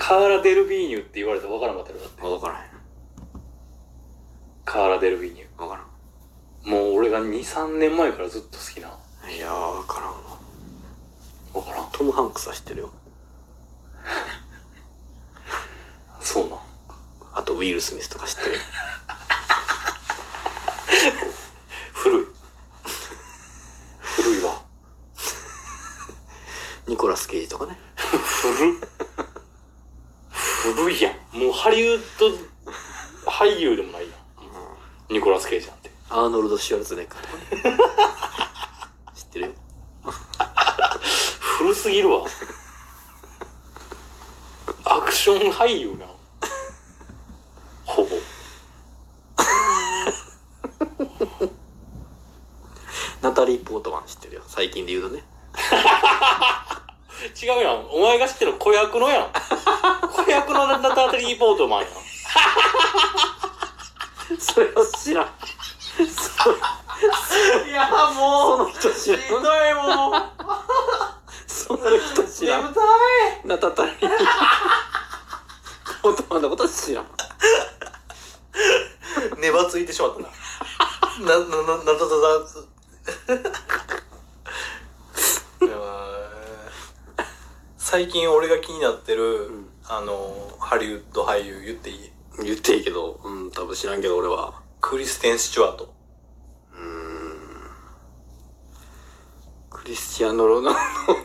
カーラ・デルビーニュって言われたら分からんかったよ。だって分からへん。 カーラ・デルビーニュ。 分からん。 もう俺が2、3年前からずっと好きな。 いやー、分からんわ。 分からん。 トム・ハンクスは知ってるよ。 そうなん。 あとウィル・スミスとか知ってる。 古い。古いわ。 ニコラス・ケイジとかね。 古いやん。もうハリウッド俳優でもないやん。ニコラス・ケイジなんて。 アーノルド・シュワルツェネッガーとかね。知ってるよ。 古すぎるわ。アクション俳優な。ほぼ。 ナタリー・ポートマン知ってるよ。最近で言うとね。 違うやん。お前が知ってる子役のやん。子役のナタリー・ポートマンやん。 それは知らん。 いやもうその人知らん。 ひどいもん。 その人知らん。 眠たい。 ナタリー・ポートマンのこと知らん。 ねばついてしまったな。最近俺が気になってる、ハリウッド俳優言っていい？ 言っていいけど、多分知らんけど俺は。 クリステン・スチュワート。 クリスチアーノ・ロナウ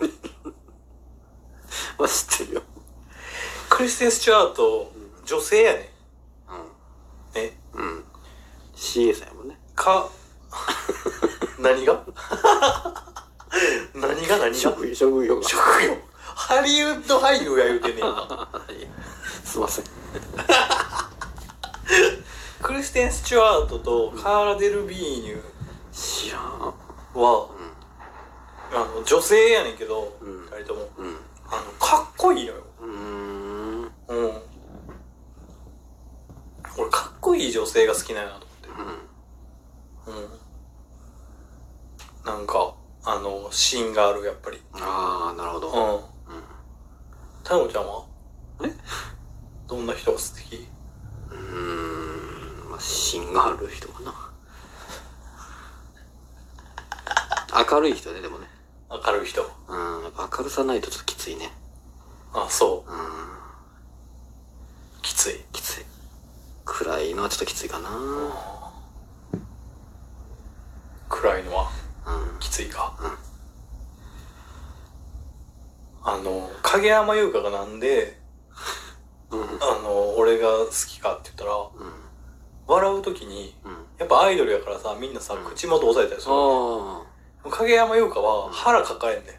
ドは知ってるよ。 クリステン・スチュワート、女性やね。ね。 CA さんやもんね。 何が何が職業が。 職業。ハリウッド俳優や言うてんねん。 すいません。 クリステン・スチュワートとカーラ・デルビーニュ知らん。 は、女性やねんけど、二人とも、かっこいいのよ。俺かっこいい女性が好きなんやなと思って。なんか、芯がある、やっぱり。 ああ、なるほど。 タノちゃんはどんな人が好き？ まあ、芯がある人かな。明るい人ね、でもね。 明るい人。 やっぱ明るさないとちょっときついね。 あ、そう。きつい。 きつい。暗いのはちょっときついかな。 暗いのはきついか。影山優香がなんで、俺が好きかって言ったら、笑うときに、やっぱアイドルやからさ、みんなさ、口元押さえたりするわけ。影山優香は腹抱えんねん。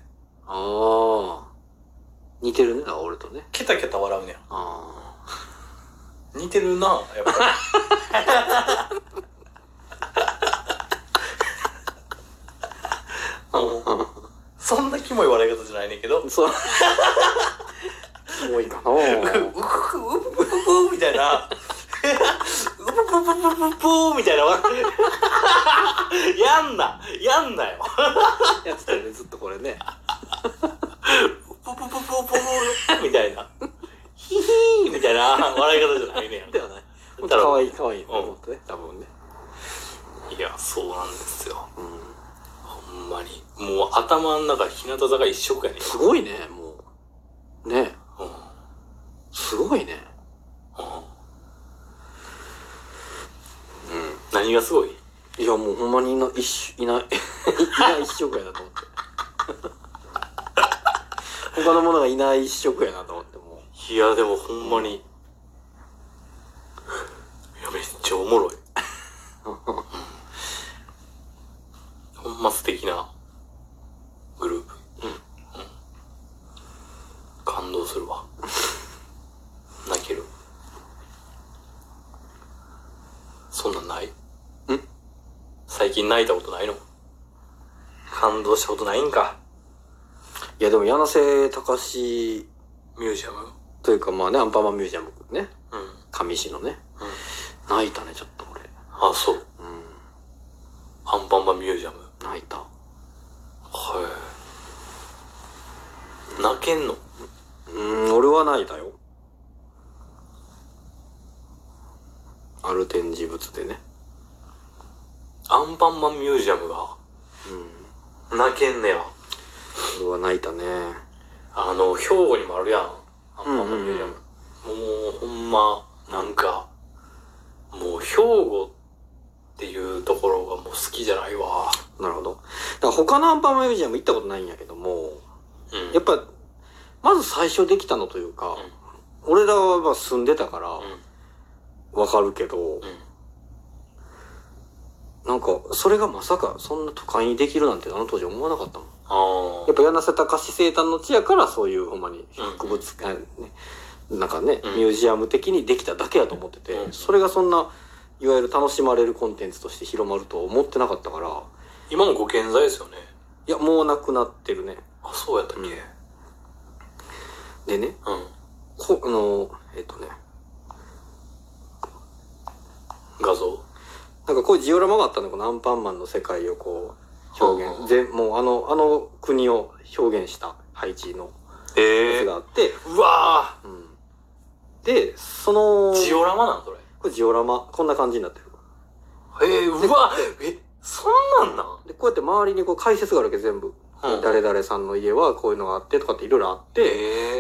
似てるね、だから俺とね。 ケタケタ笑うねん。似てるな、やっぱり。そんなキモい笑い方じゃないねんけど。 そう。キモいかな。 うぷぷぷみたいな。うぷぷぷぷぷみたいな。やんなよ。 やってたよね、ずっとこれね。 うぷぷぷぷぷみたいな。ヒヒーみたいな笑い方じゃないねん。 ではない。かわいいと思ってね、多分ね。 いや、そうなんですよ。ほんまに。もう頭の中日向坂一色やねん。 すごいね、もう。ね。すごいね。 何がすごい？ いや、もうほんまにいない一色やなと思って。他のものがいない一色やなと思って、もう。 いや、でもほんまに。いや、めっちゃおもろい。ほんま素敵なグループ。感動するわ。泣ける。そんなんない？最近泣いたことないの？感動したことないんか？ いや、でも柳瀬隆ミュージアムというか、まあね、アンパンマンミュージアムね。上市のね。泣いたね、ちょっと俺。 あ、そう。アンパンマンミュージアム。 泣いた。 はい。泣けんの？ 俺は泣いたよ。 ある展示物でね。 アンパンマンミュージアムが泣けんねや。 これは泣いたね。 兵庫にもあるやん、アンパンマンミュージアム。もうほんまなんかもう兵庫っていうところがもう好きじゃないわ。 なるほど。だから他のアンパンマンミュージアム行ったことないんやけども、やっぱまず最初できたのというか、俺らはまあ住んでたからわかるけど、なんかそれがまさかそんな都会にできるなんてあの当時思わなかったもん。やっぱ柳瀬隆生誕の地やからそういうほんまに博物館、なんかね、ミュージアム的にできただけやと思ってて、それがそんないわゆる楽しまれるコンテンツとして広まると思ってなかったから。 今もご健在ですよね。 いや、もうなくなってるね。 あ、そうやったっけ。 でね、 画像なんかこういうジオラマがあったの、このアンパンマンの世界をこう表現、もうあの国を表現した配置のやつがあって、 うわー、で、 ジオラマなんそれ。 これジオラマ、こんな感じになってる。 うわそんなんなん。 で、こうやって周りにこう解説があるわけ全部。誰々さんの家はこういうのがあってとかっていろいろあって、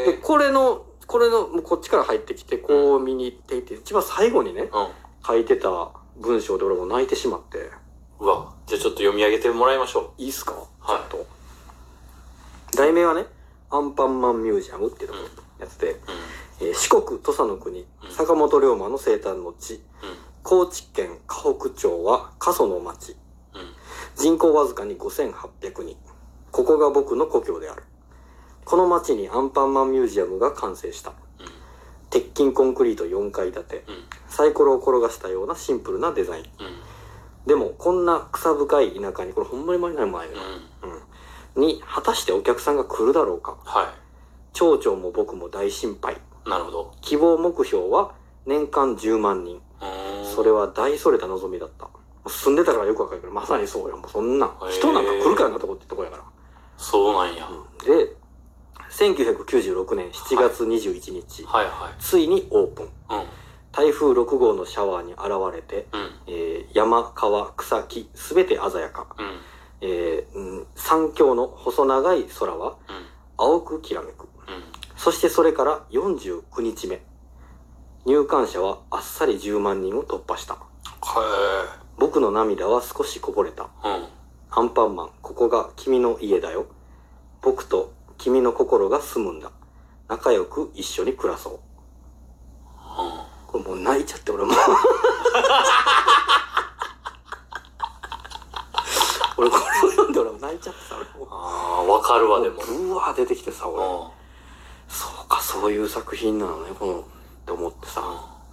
で、これの、こっちから入ってきて、こう見に行っていて、一番最後にね、書いてた文章で俺も泣いてしまって。 うわ、じゃあちょっと読み上げてもらいましょう。いいっすか？ はい。 ちょっと。題名はね、アンパンマンミュージアムっていうやつで、四国土佐の国、坂本龍馬の生誕の地、高知県河北町は過疎の町、人口わずかに5800人。ここが僕の故郷である。この町にアンパンマンミュージアムが完成した。鉄筋コンクリート4階建て、サイコロを転がしたようなシンプルなデザイン。でも、こんな草深い田舎に、これほんまに前よな。に、果たしてお客さんが来るだろうか。 はい。 町長も僕も大心配。 なるほど。 希望目標は年間10万人。それは大それた望みだった。住んでたからよくわかるけど、まさにそうよ。もうそんな。人なんか来るからなとこってとこやから。 そうなんや。 で、1996年7月21日、ついにオープン。台風6号のシャワーに現れて、山、川、草木、すべて鮮やか。山峡の細長い空は、青くきらめく。そしてそれから49日目。入館者はあっさり10万人を突破した。僕の涙は少しこぼれた。アンパンマン、ここが君の家だよ。僕と君の心が住むんだ。仲良く一緒に暮らそう。これもう泣いちゃって俺も俺これを読んで俺も泣いちゃってさ、俺も。 わかるわ。でもうわー出てきてさ、俺そうか、そういう作品なのね、このって思ってさ。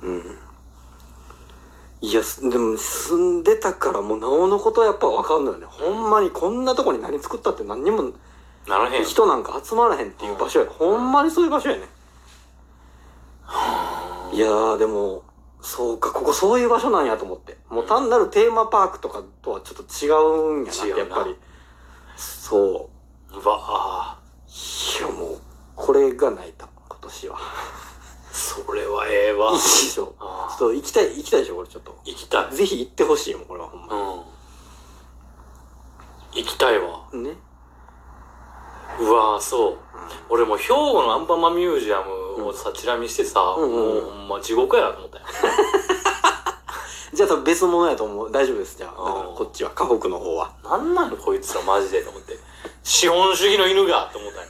いや、でも住んでたからもうなおのことはやっぱ分かんないよね。ほんまにこんなとこに何作ったって何にもならへん。 人なんか集まらへんっていう場所や。ほんまにそういう場所やね。いやーでも、そうか、ここそういう場所なんやと思って。もう単なるテーマパークとかとはちょっと違うんやなって、やっぱり。そう。 うわいやもう、これが泣いた、今年は。 それはええわ。 いいでしょ。ちょっと行きたいでしょ、これちょっと。 行きたい。 ぜひ行ってほしいよ、これはほんま。 行きたいわ。 ね。 うわそう。俺もう兵庫のアンパンマンミュージアムをさ、チラ見してさ、もうほんま地獄やなと思ったよ。 じゃあ多分別物やと思う。大丈夫です、じゃあ。だからこっちは、河北の方は。 なんなのこいつらマジでと思って。資本主義の犬がと思ったよ。